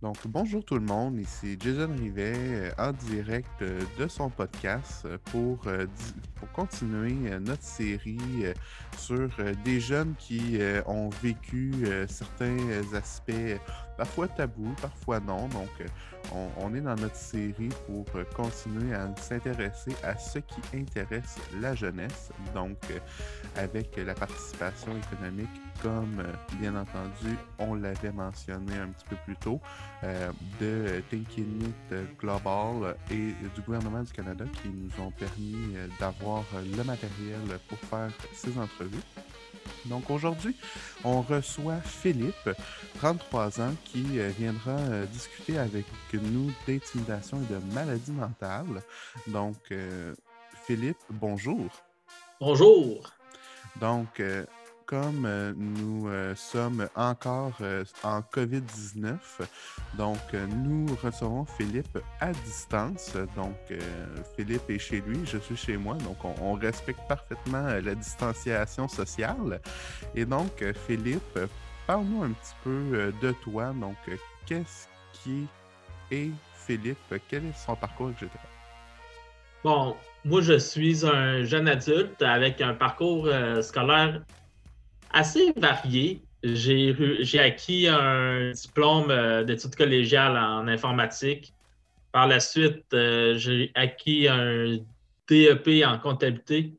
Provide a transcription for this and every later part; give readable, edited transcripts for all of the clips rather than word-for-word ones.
Donc, bonjour tout le monde, ici Jason Rivet en direct de son podcast pour continuer notre série sur des jeunes qui ont vécu certains aspects parfois tabous, parfois non. Donc, on est dans notre série pour continuer à s'intéresser à ce qui intéresse la jeunesse. Donc, avec la participation économique, comme bien entendu, on l'avait mentionné un petit peu plus tôt de Thinking It Global et du gouvernement du Canada qui nous ont permis d'avoir le matériel pour faire ces entrevues. Donc aujourd'hui, on reçoit Philippe, 33 ans, qui viendra discuter avec nous d'intimidation et de maladie mentale. Donc, Philippe, bonjour. Bonjour. Donc, comme nous sommes encore en COVID-19, donc nous recevons Philippe à distance. Donc, Philippe est chez lui, je suis chez moi. Donc, on respecte parfaitement la distanciation sociale. Et donc, Philippe, parle-nous un petit peu de toi. Donc, qu'est-ce qui est Philippe? Quel est son parcours, etc. Bon, moi, je suis un jeune adulte avec un parcours scolaire assez varié. J'ai acquis un diplôme d'études collégiales en informatique. Par la suite, j'ai acquis un DEP en comptabilité.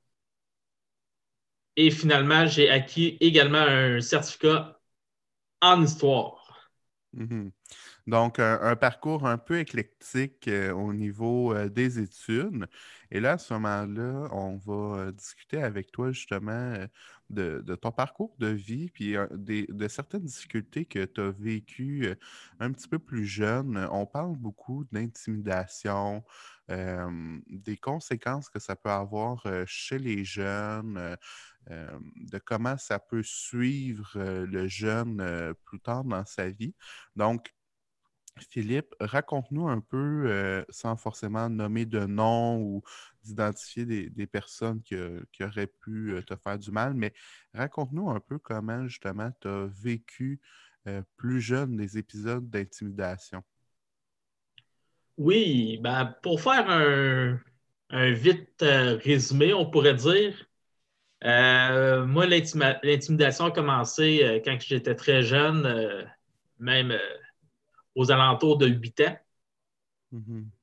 Et finalement, j'ai acquis également un certificat en histoire. Mhm. Donc, un parcours un peu éclectique au niveau des études. Et là, à ce moment-là, on va discuter avec toi justement de ton parcours de vie, puis de certaines difficultés que tu as vécues un petit peu plus jeune. On parle beaucoup d'intimidation, des conséquences que ça peut avoir chez les jeunes. De comment ça peut suivre le jeune plus tard dans sa vie. Donc, Philippe, raconte-nous un peu, sans forcément nommer de nom ou d'identifier des personnes qui auraient pu te faire du mal, mais raconte-nous un peu comment justement tu as vécu plus jeune des épisodes d'intimidation. Oui, ben, pour faire un vite résumé, on pourrait dire, moi, l'intimidation a commencé quand j'étais très jeune, même aux alentours de 8 ans. Mhm.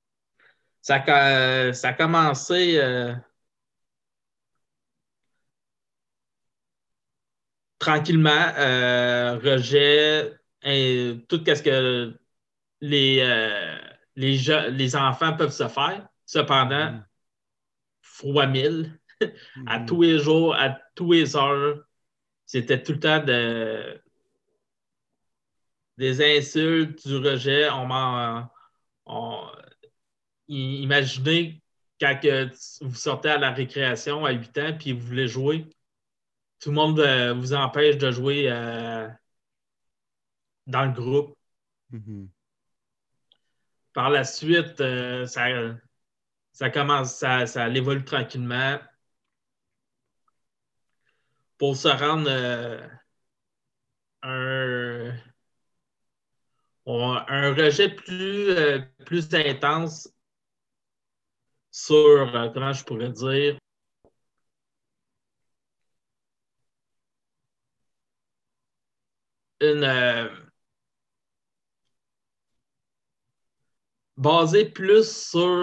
Ça a commencé tranquillement, rejet, et tout ce que les, euh, les enfants peuvent se faire. Cependant, Mhm. fois mille, à Mhm. tous les jours, à tous les heures, c'était tout le temps des insultes, du rejet. On- Imaginez quand vous sortez à la récréation à 8 ans puis vous voulez jouer, tout le monde vous empêche de jouer dans le groupe. Mhm. Par la suite, ça commence, ça évolue tranquillement pour se rendre un, un rejet plus intense sur, comment je pourrais dire, une, basé plus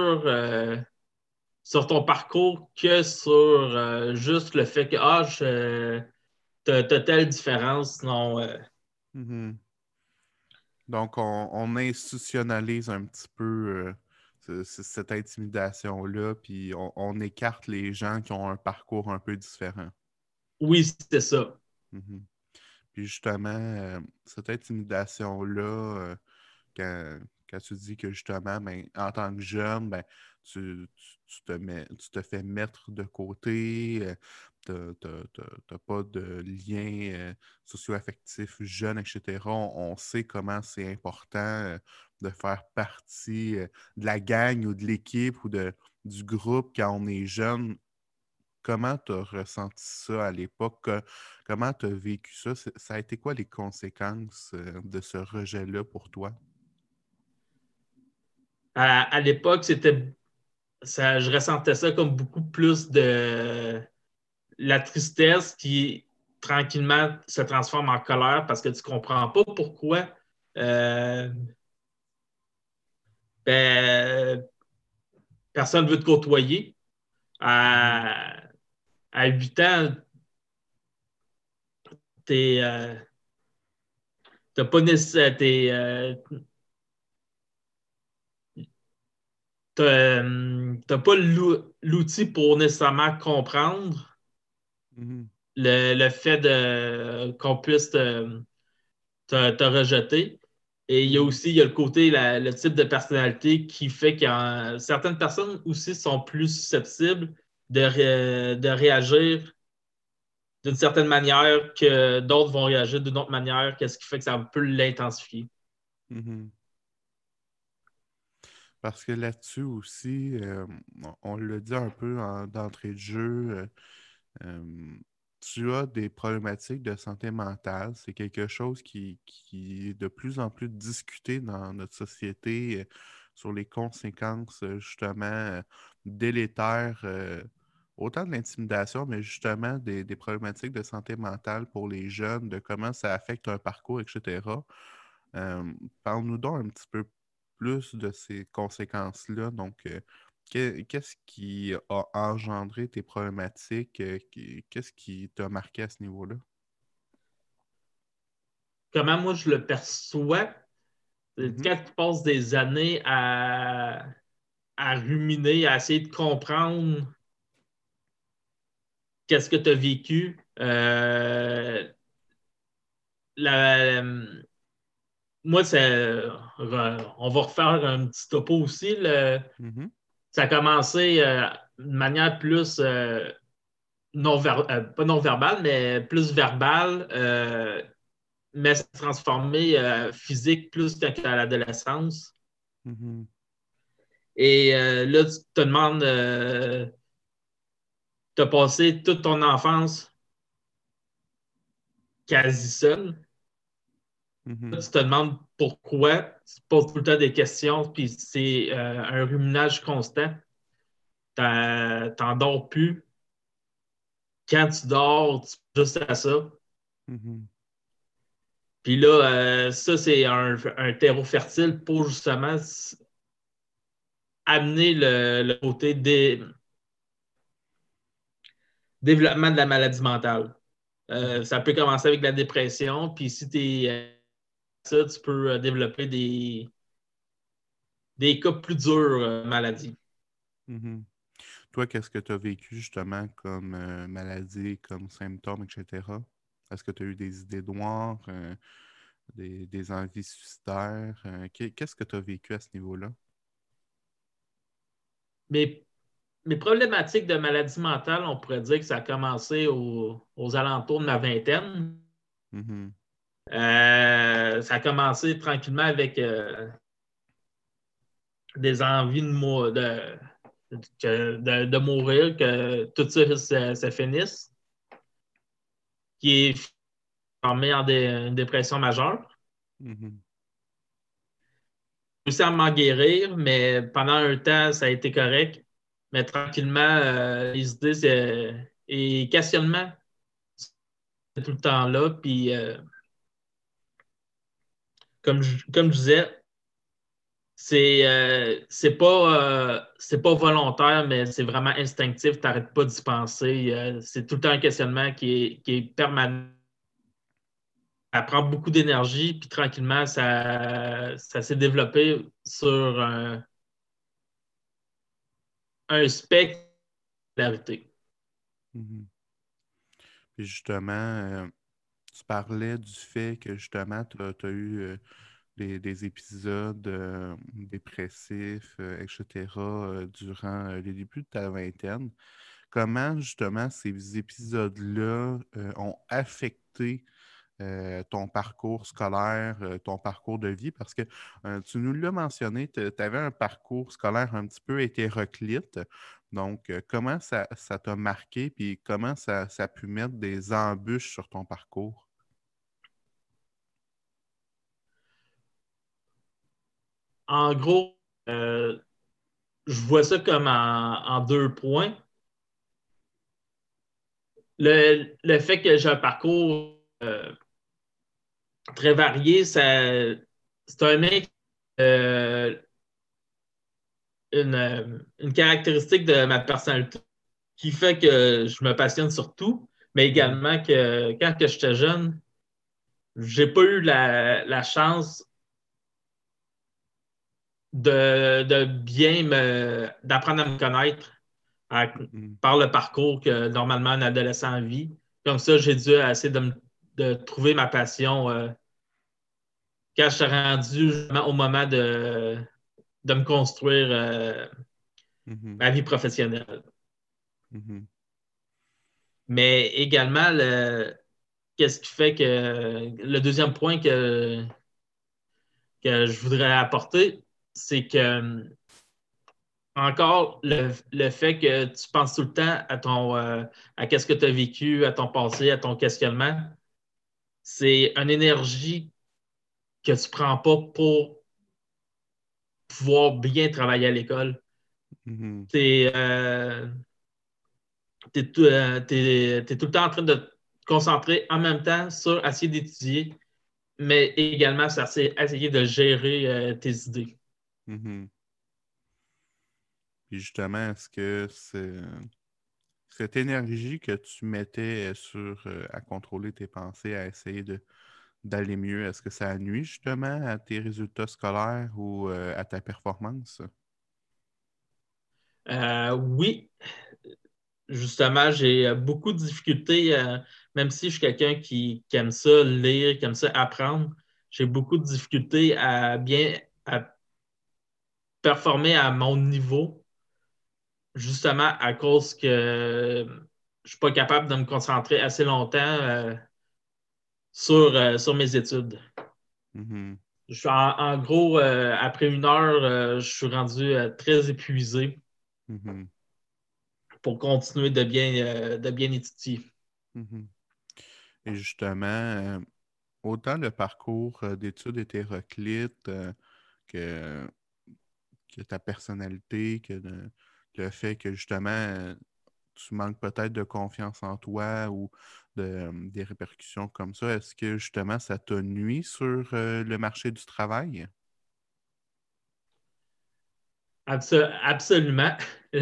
sur ton parcours que sur juste le fait que t'as telle différence. Non, Mhm. Donc, on institutionnalise un petit peu cette intimidation-là, puis on écarte les gens qui ont un parcours un peu différent. oui, c'était ça. Mhm. Puis justement, cette intimidation-là, quand, quand tu dis que justement, ben, en tant que jeune, ben, tu te fais mettre de côté, tu n'as pas de lien socio-affectif jeune, etc. On sait comment c'est important de faire partie de la gang ou de l'équipe ou du groupe quand on est jeune comment tu as ressenti ça à l'époque? Comment tu as vécu ça? Ça a été quoi les conséquences de ce rejet-là pour toi? À l'époque, je ressentais ça comme beaucoup plus de la tristesse qui tranquillement se transforme en colère parce que tu comprends pas pourquoi euh, ben, personne ne veut te côtoyer. Mhm. À 8 ans, t'es, t'as pas nécessairement, t'as pas l'outil pour nécessairement comprendre Mhm. le fait qu'on puisse te rejeter. Et Mhm. il y a le côté, le type de personnalité qui fait que certaines personnes aussi sont plus susceptibles de réagir d'une certaine manière que d'autres vont réagir d'une autre manière, qu'est-ce qui fait que ça peut l'intensifier. Mhm. Parce que là-dessus aussi, on l'a dit un peu d'entrée de jeu, euh, tu as des problématiques de santé mentale. C'est quelque chose qui est de plus en plus discuté dans notre société sur les conséquences justement délétères, autant de l'intimidation, mais justement des problématiques de santé mentale pour les jeunes, de comment ça affecte un parcours, etc. Parle-nous donc un petit peu plus de ces conséquences-là. Donc, qu'est-ce qui a engendré tes problématiques? Qu'est-ce qui t'a marqué à ce niveau-là? Comment moi je le perçois, Mhm. quand tu passes des années à ruminer, à essayer de comprendre qu'est-ce que tu as vécu, la, moi, on va refaire un petit topo aussi. Mhm. Ça a commencé de manière plus pas non verbale, mais plus verbale, mais s'est transformé physique plus qu'à l'adolescence. Mhm. Et là, tu te demandes, tu as passé toute ton enfance quasi seul. Là, Mhm. tu te demandes pourquoi, tu te poses tout le temps des questions, puis c'est un ruminage constant. T'en dors plus. Quand tu dors, tu penses juste à ça. Mhm. Puis là, ça, c'est un terreau fertile pour justement amener le côté développement de la maladie mentale. Mhm. Ça peut commencer avec la dépression, puis si tu es ça, tu peux développer des cas plus durs maladie. Mhm. Toi, qu'est-ce que tu as vécu justement comme maladie, comme symptômes, etc.? Est-ce que tu as eu des idées noires, des envies suicidaires? Qu'est-ce que tu as vécu à ce niveau-là? Mais mes problématiques de maladie mentale, on pourrait dire que ça a commencé aux alentours de ma vingtaine. Mhm. Ça a commencé tranquillement avec des envies de mourir, que tout ça se finisse, qui est formé en une dépression majeure. Mhm. J'ai réussi à m'en guérir, mais pendant un temps, ça a été correct. Mais tranquillement, les idées et questionnements, c'est tout le temps là. Puis, comme je disais, c'est pas volontaire, mais c'est vraiment instinctif. Tu n'arrêtes pas d'y penser. C'est tout le temps un questionnement qui est permanent. Ça prend beaucoup d'énergie, puis tranquillement, ça s'est développé sur un spectre de popularité. Mhm. Puis justement, tu parlais du fait que justement, tu as eu des épisodes dépressifs, etc., durant les débuts de ta vingtaine. Comment justement ces épisodes-là ont affecté ton parcours scolaire, ton parcours de vie, parce que tu nous l'as mentionné, tu avais un parcours scolaire un petit peu hétéroclite. Donc, comment ça t'a marqué, puis comment ça a pu mettre des embûches sur ton parcours? En gros, je vois ça comme en deux points. Le fait que j'ai un parcours très varié, c'est un mec, euh, une caractéristique de ma personnalité qui fait que je me passionne sur tout, mais Mhm, également que quand que j'étais jeune, j'ai pas eu la chance de bien d'apprendre à me connaître à- mhm, par le parcours que normalement un adolescent vit. Comme ça, j'ai dû essayer de trouver ma passion quand je suis rendu justement au moment de me construire mhm, ma vie professionnelle. mhm, Mais également, qu'est-ce qui fait que le deuxième point que je voudrais apporter, c'est que encore le fait que tu penses tout le temps à à qu'est-ce que tu as vécu, à ton passé, à ton questionnement, c'est une énergie que tu prends pas pour pouvoir bien travailler à l'école. mhm. Tu es tout le temps en train de te concentrer en même temps sur essayer d'étudier, mais également sur essayer de gérer tes idées. Mhm. Puis justement, est-ce que cette énergie que tu mettais à contrôler tes pensées, à essayer d'aller mieux, est-ce que ça nuit justement à tes résultats scolaires ou à ta performance? Oui, justement, j'ai beaucoup de difficultés, même si je suis quelqu'un qui aime ça lire, qui aime ça apprendre, j'ai beaucoup de difficultés à performer à mon niveau, justement à cause que je suis pas capable de me concentrer assez longtemps sur mes études. Mhm, En gros, après une heure, je suis rendu très épuisé mhm, pour continuer de bien étudier. mhm. Et justement, autant le parcours d'études hétéroclite que, que ta personnalité, que le fait que justement tu manques peut-être de confiance en toi ou des répercussions comme ça, est-ce que justement ça t'a nuit sur le marché du travail? Absolument.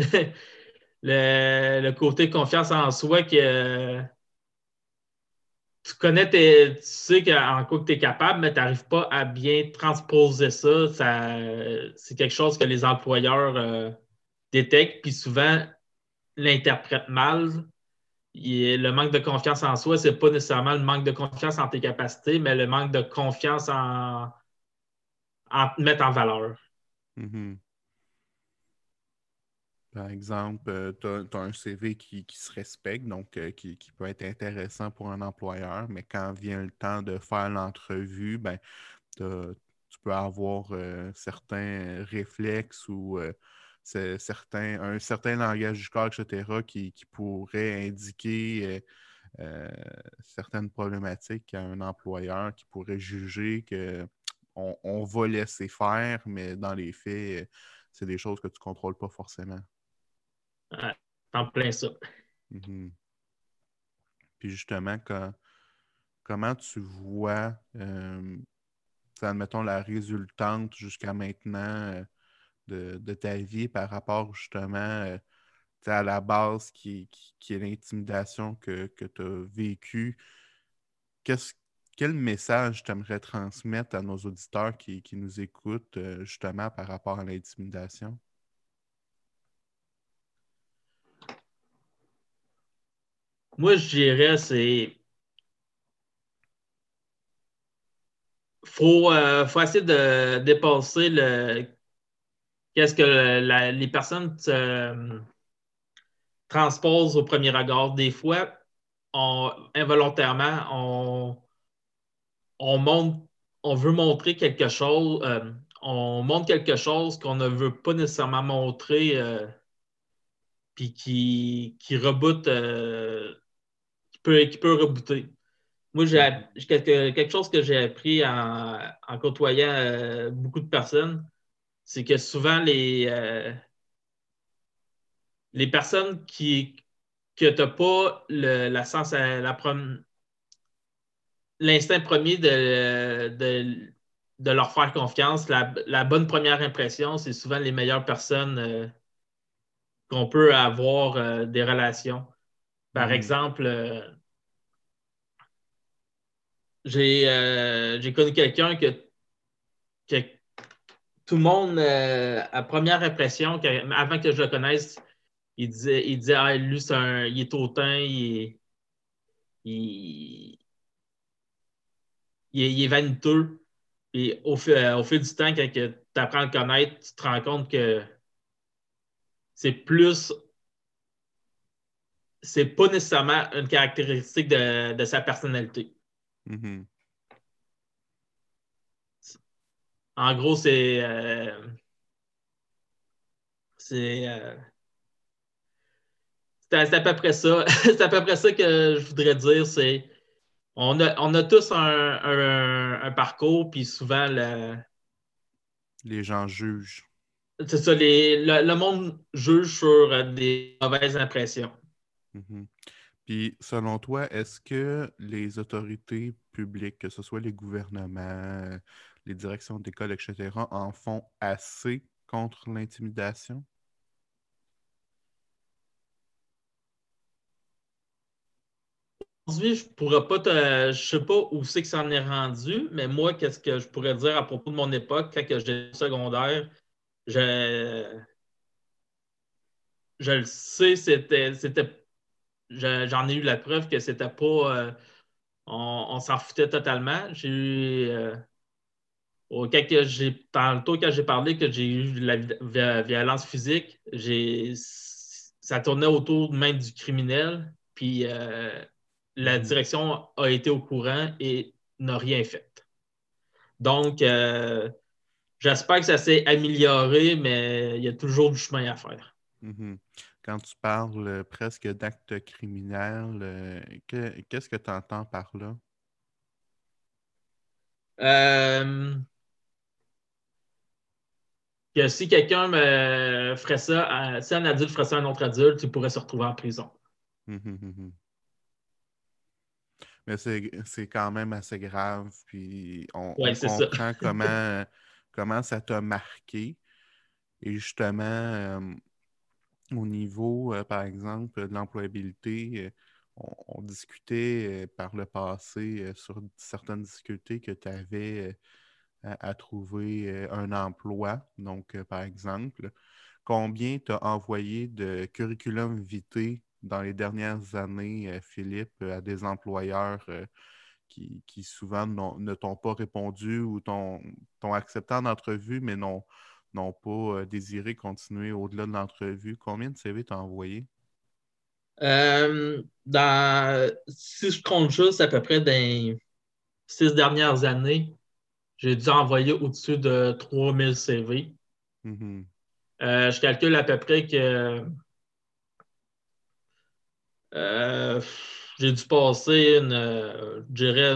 Le côté confiance en soi que tu connais, tu sais qu'en quoi que tu es capable, mais tu n'arrives pas à bien transposer ça. C'est quelque chose que les employeurs détectent, puis souvent l'interprètent mal. Le manque de confiance en soi, c'est pas nécessairement le manque de confiance en tes capacités, mais le manque de confiance en te mettre en valeur. Mhm. Par exemple, tu as, un CV qui se respecte, donc qui peut être intéressant pour un employeur, mais quand vient le temps de faire l'entrevue, ben, tu peux avoir certains réflexes ou un certain langage du corps, etc., qui pourrait indiquer certaines problématiques à un employeur qui pourrait juger que on va laisser faire, mais dans les faits, c'est des choses que tu ne contrôles pas forcément. En plein ça. Mhm. Puis justement, comment tu vois, admettons, la résultante jusqu'à maintenant de ta vie par rapport justement à la base qui est l'intimidation que tu as vécue. Qu'est-ce, quel message tu aimerais transmettre à nos auditeurs qui nous écoutent justement par rapport à l'intimidation? Moi, je dirais, faut essayer de dépasser qu'est-ce que les personnes transposent au premier regard. Des fois, involontairement, on veut montrer quelque chose, on montre quelque chose qu'on ne veut pas nécessairement montrer, puis qui reboot, qui peut rebooter. Moi, Mhm. j'ai quelque chose que j'ai appris en côtoyant beaucoup de personnes, c'est que souvent les personnes que tu n'as pas l'instinct premier de leur faire confiance, la bonne première impression, c'est souvent les meilleures personnes qu'on peut avoir des relations. Par Mhm. exemple, j'ai connu quelqu'un que tout le monde, à première impression, avant que je le connaisse, il disait ah, lui, il est hautain, il, il est vaniteux. Et au fil du temps, quand tu apprends à le connaître, tu te rends compte que c'est plus, c'est pas nécessairement une caractéristique de sa personnalité. Mhm. En gros, c'est, euh, c'est à peu près ça. C'est à peu près ça que je voudrais dire. On a tous un parcours, puis souvent, Les gens jugent. c'est ça, le monde juge sur des mauvaises impressions. Mhm. Puis, selon toi, est-ce que les autorités publiques, que ce soit les gouvernements, les directions d'école, etc., en font assez contre l'intimidation? Aujourd'hui, je pourrais pas je sais pas où c'est que ça en est rendu, mais moi, qu'est-ce que je pourrais dire à propos de mon époque, quand que j'étais au secondaire, je, je le sais, j'en ai eu la preuve que c'était pas, on s'en foutait totalement. J'ai eu, tantôt quand j'ai parlé que j'ai eu de la violence physique, ça tournait autour même du criminel, puis la Mhm. direction a été au courant et n'a rien fait. Donc, j'espère que ça s'est amélioré, mais il y a toujours du chemin à faire. Mhm. Quand tu parles presque d'actes criminels, qu'est-ce que tu entends par là? Euh, que si quelqu'un me ferait ça, si un adulte ferait ça à un autre adulte, il pourrait se retrouver en prison. Mhm, mhm. Mais c'est quand même assez grave, puis on Oui, c'est ça. comprend comment ça t'a marqué. Et justement, au niveau, par exemple, de l'employabilité, on discutait par le passé sur certaines difficultés que tu avais à trouver un emploi. Donc, par exemple, combien tu as envoyé de curriculum vitae dans les dernières années, Philippe, à des employeurs qui souvent ne t'ont pas répondu ou t'ont accepté en entrevue, mais n'ont pas désiré continuer au-delà de l'entrevue? Combien de CV t'as envoyé? Si je compte juste à peu près dans les 6 dernières années, j'ai dû envoyer au-dessus de 3000 CV. Mhm, Je calcule à peu près que euh, j'ai dû passer je dirais,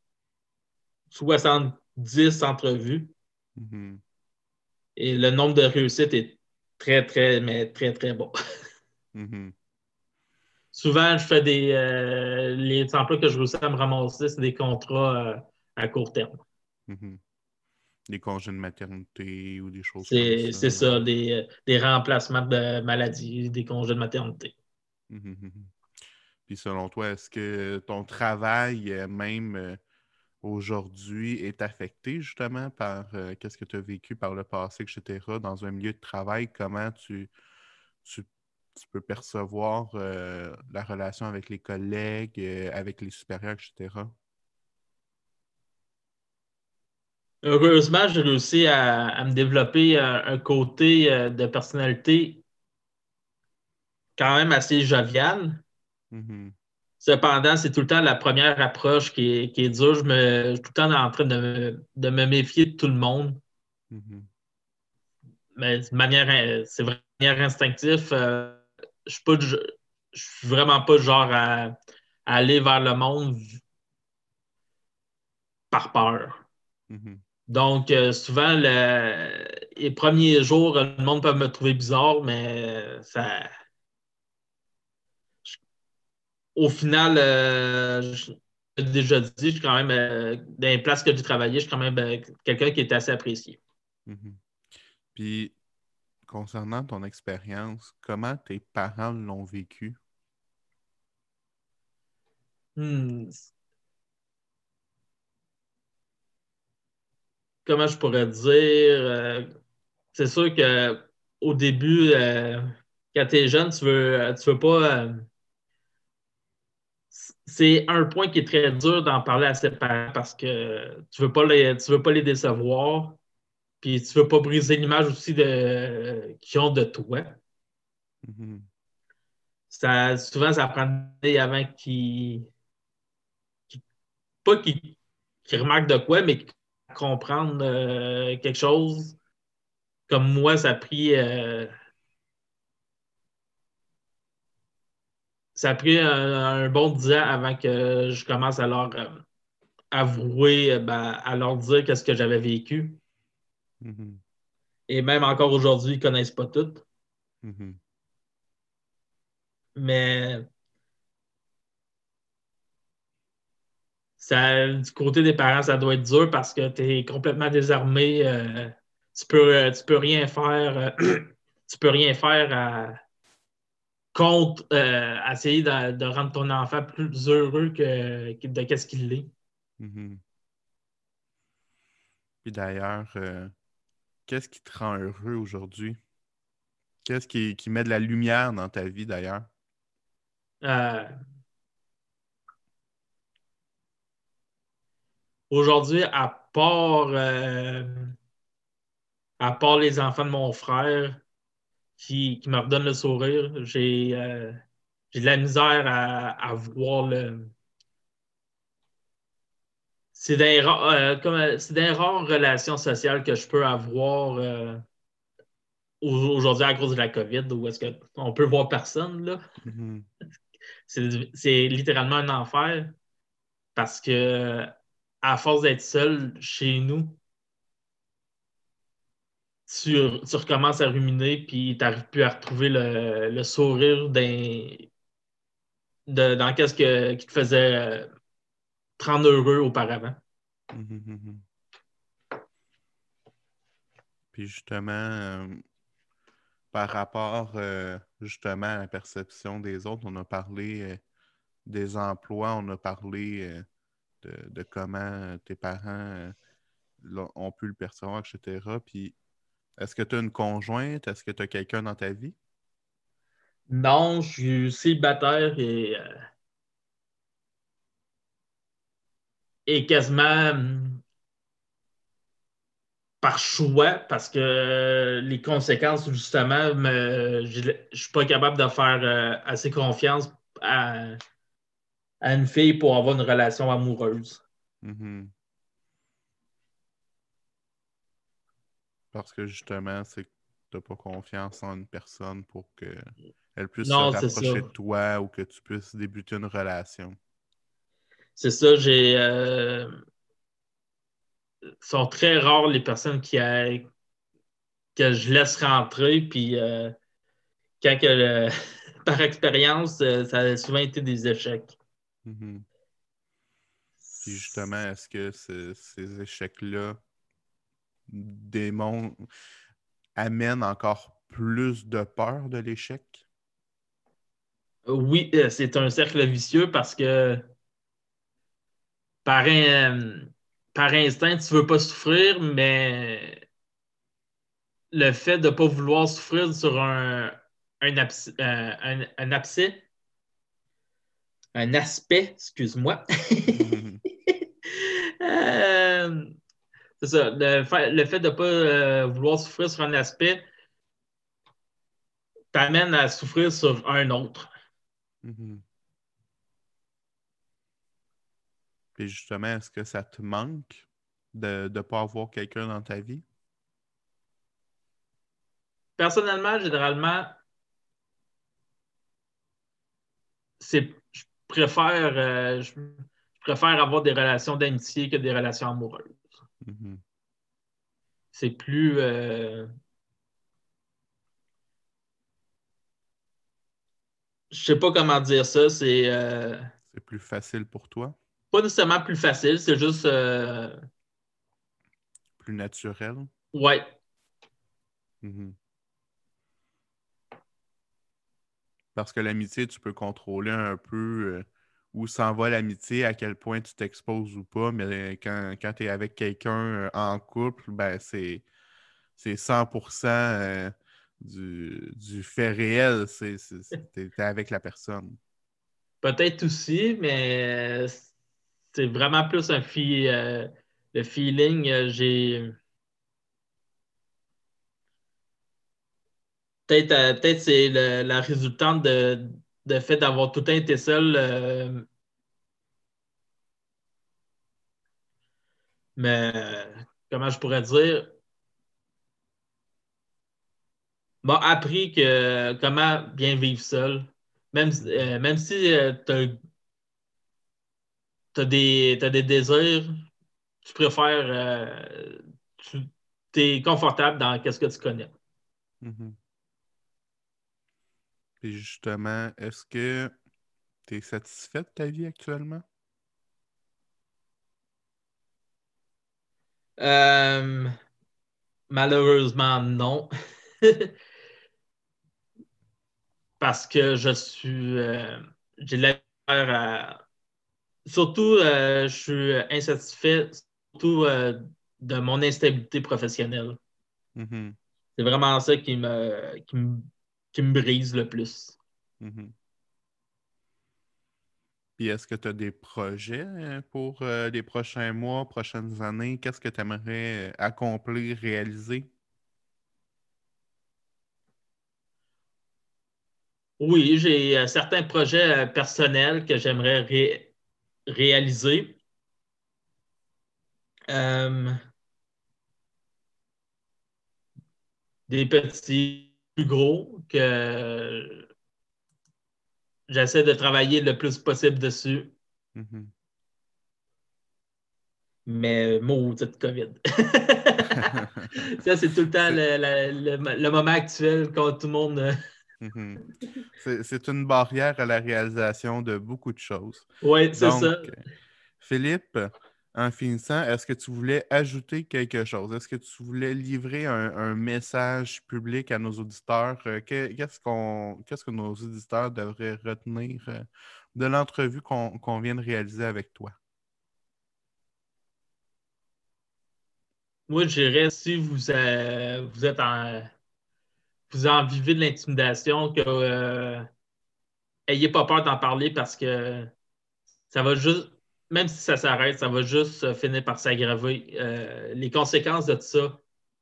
70 entrevues mhm, et le nombre de réussites est très, très, mais très, très bon. mhm, Souvent, les emplois que je réussis à me ramasser, c'est des contrats à court terme. mhm. Des congés de maternité ou des choses comme C'est ça. ça, des remplacements de maladies, des congés de maternité. Mhm, mhm. Puis selon toi, est-ce que ton travail, même aujourd'hui, est affecté justement par qu'est-ce que tu as vécu par le passé, etc., dans un milieu de travail? Comment tu, tu peux percevoir la relation avec les collègues, avec les supérieurs, etc.? Heureusement, j'ai réussi à me développer un côté de personnalité quand même assez jovial. Mhm, Cependant, c'est tout le temps la première approche qui est dure. Je suis tout le temps en train de me méfier de tout le monde. Mhm. Mais c'est vraiment de manière instinctive. Je suis pas je suis vraiment pas du genre à aller vers le monde par peur. Mhm. Donc, souvent, les premiers jours, le monde peut me trouver bizarre, mais au final, j'ai déjà dit, je suis quand même, dans les places que j'ai travaillé, je suis quand même quelqu'un qui est assez apprécié. Mhm. Puis, concernant ton expérience, comment tes parents l'ont vécu? Hmm, comment je pourrais dire? C'est sûr que au début, quand tu es jeune, tu veux pas. C'est un point qui est très dur d'en parler à ses parents parce que tu veux pas les décevoir, puis tu veux pas briser l'image aussi qu'ils ont de toi. Mhm. Souvent, ça prend des années avant pas qu'ils remarquent de quoi, mais qu'ils comprennent quelque chose. Comme moi, ça a pris un bon 10 ans avant que je commence à leur avouer, à leur dire qu'est-ce que j'avais vécu. Mhm. Et même encore aujourd'hui, ils ne connaissent pas tout. Mhm. Mais du côté des parents, ça doit être dur parce que tu es complètement désarmé. Tu peux rien faire. Tu peux rien faire contre essayer de rendre ton enfant plus heureux de qu'est-ce qu'il est. Mhm. Puis d'ailleurs, qu'est-ce qui te rend heureux aujourd'hui? Qu'est-ce qui met de la lumière dans ta vie d'ailleurs? Euh, Aujourd'hui, à part les enfants de mon frère qui me redonnent le sourire, j'ai de la misère à voir le. C'est des rares relations sociales que je peux avoir aujourd'hui à cause de la COVID, où est-ce qu'on peut voir personne, là. Mhm. C'est littéralement un enfer parce que à force d'être seul chez nous, tu recommences à ruminer puis tu n'arrives plus à retrouver le sourire dans qui te faisait te rendre heureux auparavant. Mhm. Mhm. Puis justement, par rapport justement à la perception des autres, on a parlé des emplois, on a parlé de comment tes parents ont pu le percevoir, etc. Puis est-ce que tu as une conjointe? Est-ce que tu as quelqu'un dans ta vie? Non, je suis célibataire et quasiment par choix parce que les conséquences, justement, je suis pas capable de faire assez confiance à, à une fille pour avoir une relation amoureuse. Mhm. Parce que justement, c'est que tu n'as pas confiance en une personne pour qu'elle puisse se Non, c'est ça. rapprocher de toi ou que tu puisses débuter une relation. C'est ça, sont très rares les personnes que je laisse rentrer, puis quand que par expérience, ça a souvent été des échecs. Mhm. Puis justement, est-ce que ces échecs-là démontrent, amènent encore plus de peur de l'échec? Oui, c'est un cercle vicieux parce que par, par instinct, tu veux pas souffrir, mais le fait de ne pas vouloir souffrir sur un abcès, un aspect, excuse-moi. Mhm. Euh, c'est ça, le fait de ne pas vouloir souffrir sur un aspect t'amène à souffrir sur un autre. Mhm. Puis justement, est-ce que ça te manque de ne pas avoir quelqu'un dans ta vie? Personnellement, généralement, je préfère avoir des relations d'amitié que des relations amoureuses. Mhm. C'est plus, je sais pas comment dire ça, c'est C'est plus facile pour toi, pas nécessairement plus facile, c'est juste, plus naturel. ouais. Mhm. Parce que l'amitié, tu peux contrôler un peu où s'en va l'amitié, à quel point tu t'exposes ou pas, mais quand tu es avec quelqu'un en couple, ben c'est 100% du fait réel, t'es avec la personne. Peut-être aussi, mais c'est vraiment plus le feeling. Peut-être c'est la résultante de fait d'avoir tout le temps été seul. Mais comment je pourrais dire, m'a appris comment bien vivre seul. Mhm. Même si t'as des désirs, tu préfères, tu es confortable dans qu'est-ce que tu connais. Mhm. Puis justement, est-ce que tu es satisfait de ta vie actuellement? Euh, Malheureusement, non. Parce que j'ai de la misère surtout, je suis insatisfait, surtout de mon instabilité professionnelle. Mhm. C'est vraiment ça qui me brise le plus. Mhm. Puis est-ce que tu as des projets pour les prochains mois, prochaines années? Qu'est-ce que tu aimerais accomplir, réaliser? Oui, j'ai certains projets personnels que j'aimerais réaliser. Euh, des petits, plus gros, que j'essaie de travailler le plus possible dessus. Mhm. Mais maudite COVID. Ça, c'est tout le temps C'est le moment actuel quand tout le monde. mhm. C'est une barrière à la réalisation de beaucoup de choses. Oui, c'est Donc, ça. Philippe, en finissant, est-ce que tu voulais ajouter quelque chose? Est-ce que tu voulais livrer un message public à nos auditeurs? Qu'est-ce que nos auditeurs devraient retenir de l'entrevue qu'on vient de réaliser avec toi? Moi, je dirais, si vous en vivez de l'intimidation, que ayez pas peur d'en parler parce que ça va juste, même si ça s'arrête, ça va juste finir par s'aggraver. Les conséquences de tout ça,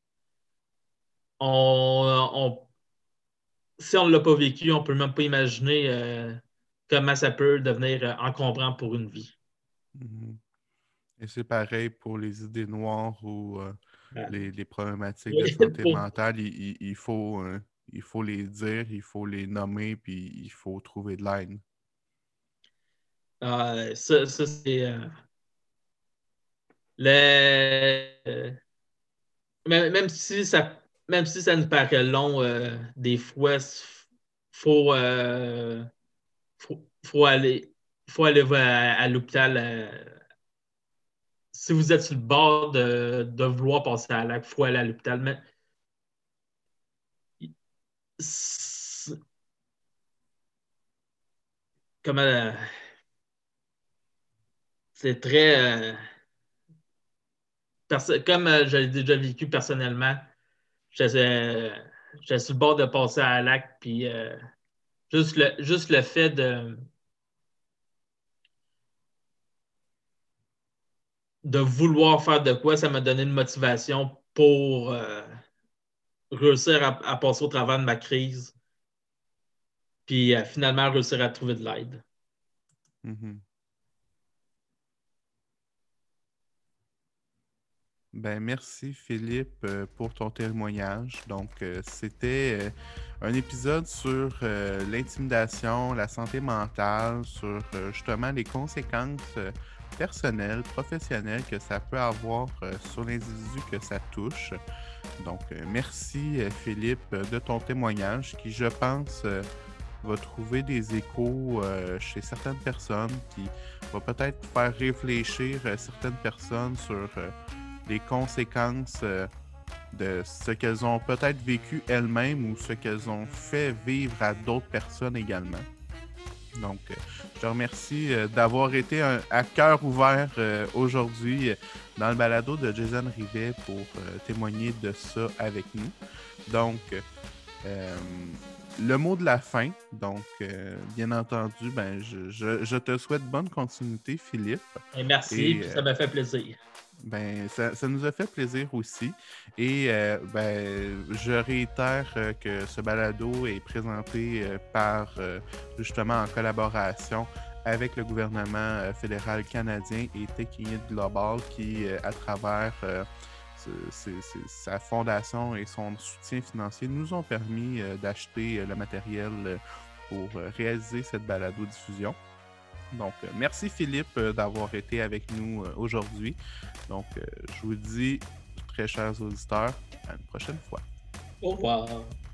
on, si on ne l'a pas vécu, on ne peut même pas imaginer comment ça peut devenir encombrant pour une vie. Mhm. Et c'est pareil pour les idées noires ou les problématiques de Oui, santé pour, mentale. Il faut les dire, il faut les nommer, puis il faut trouver de l'aide. ça c'est le, même si ça nous paraît long, des fois, faut, euh, faut aller, faut aller à l'hôpital. Si vous êtes sur le bord de vouloir passer à l'acte, il faut aller à l'hôpital. Mais c'est- comment, c'est très. Comme je l'ai déjà vécu personnellement, j'étais j'étais sur le bord de passer à l'acte, puis juste le fait de vouloir faire de quoi, ça m'a donné une motivation pour réussir à passer au travers de ma crise, puis finalement réussir à trouver de l'aide. Mhm. Ben, merci Philippe pour ton témoignage. Donc, c'était un épisode sur l'intimidation, la santé mentale, sur justement les conséquences personnelles, professionnelles que ça peut avoir sur l'individu que ça touche. Donc, merci Philippe de ton témoignage qui, je pense, va trouver des échos chez certaines personnes, qui va peut-être faire réfléchir certaines personnes sur les conséquences de ce qu'elles ont peut-être vécu elles-mêmes ou ce qu'elles ont fait vivre à d'autres personnes également. Donc, je te remercie d'avoir été à cœur ouvert aujourd'hui dans le balado de Jason Rivet pour témoigner de ça avec nous. Donc, le mot de la fin. Donc, bien entendu, ben, je te souhaite bonne continuité, Philippe. Et merci, puis ça m'a fait plaisir. Ben, ça nous a fait plaisir aussi. Et ben, je réitère que ce balado est présenté par, justement, en collaboration avec le gouvernement fédéral canadien et TechUnit Global qui, à travers sa fondation et son soutien financier, nous ont permis d'acheter le matériel pour réaliser cette balado-diffusion. Donc, merci Philippe d'avoir été avec nous aujourd'hui. Donc, je vous dis, très chers auditeurs, à une prochaine fois. Au revoir.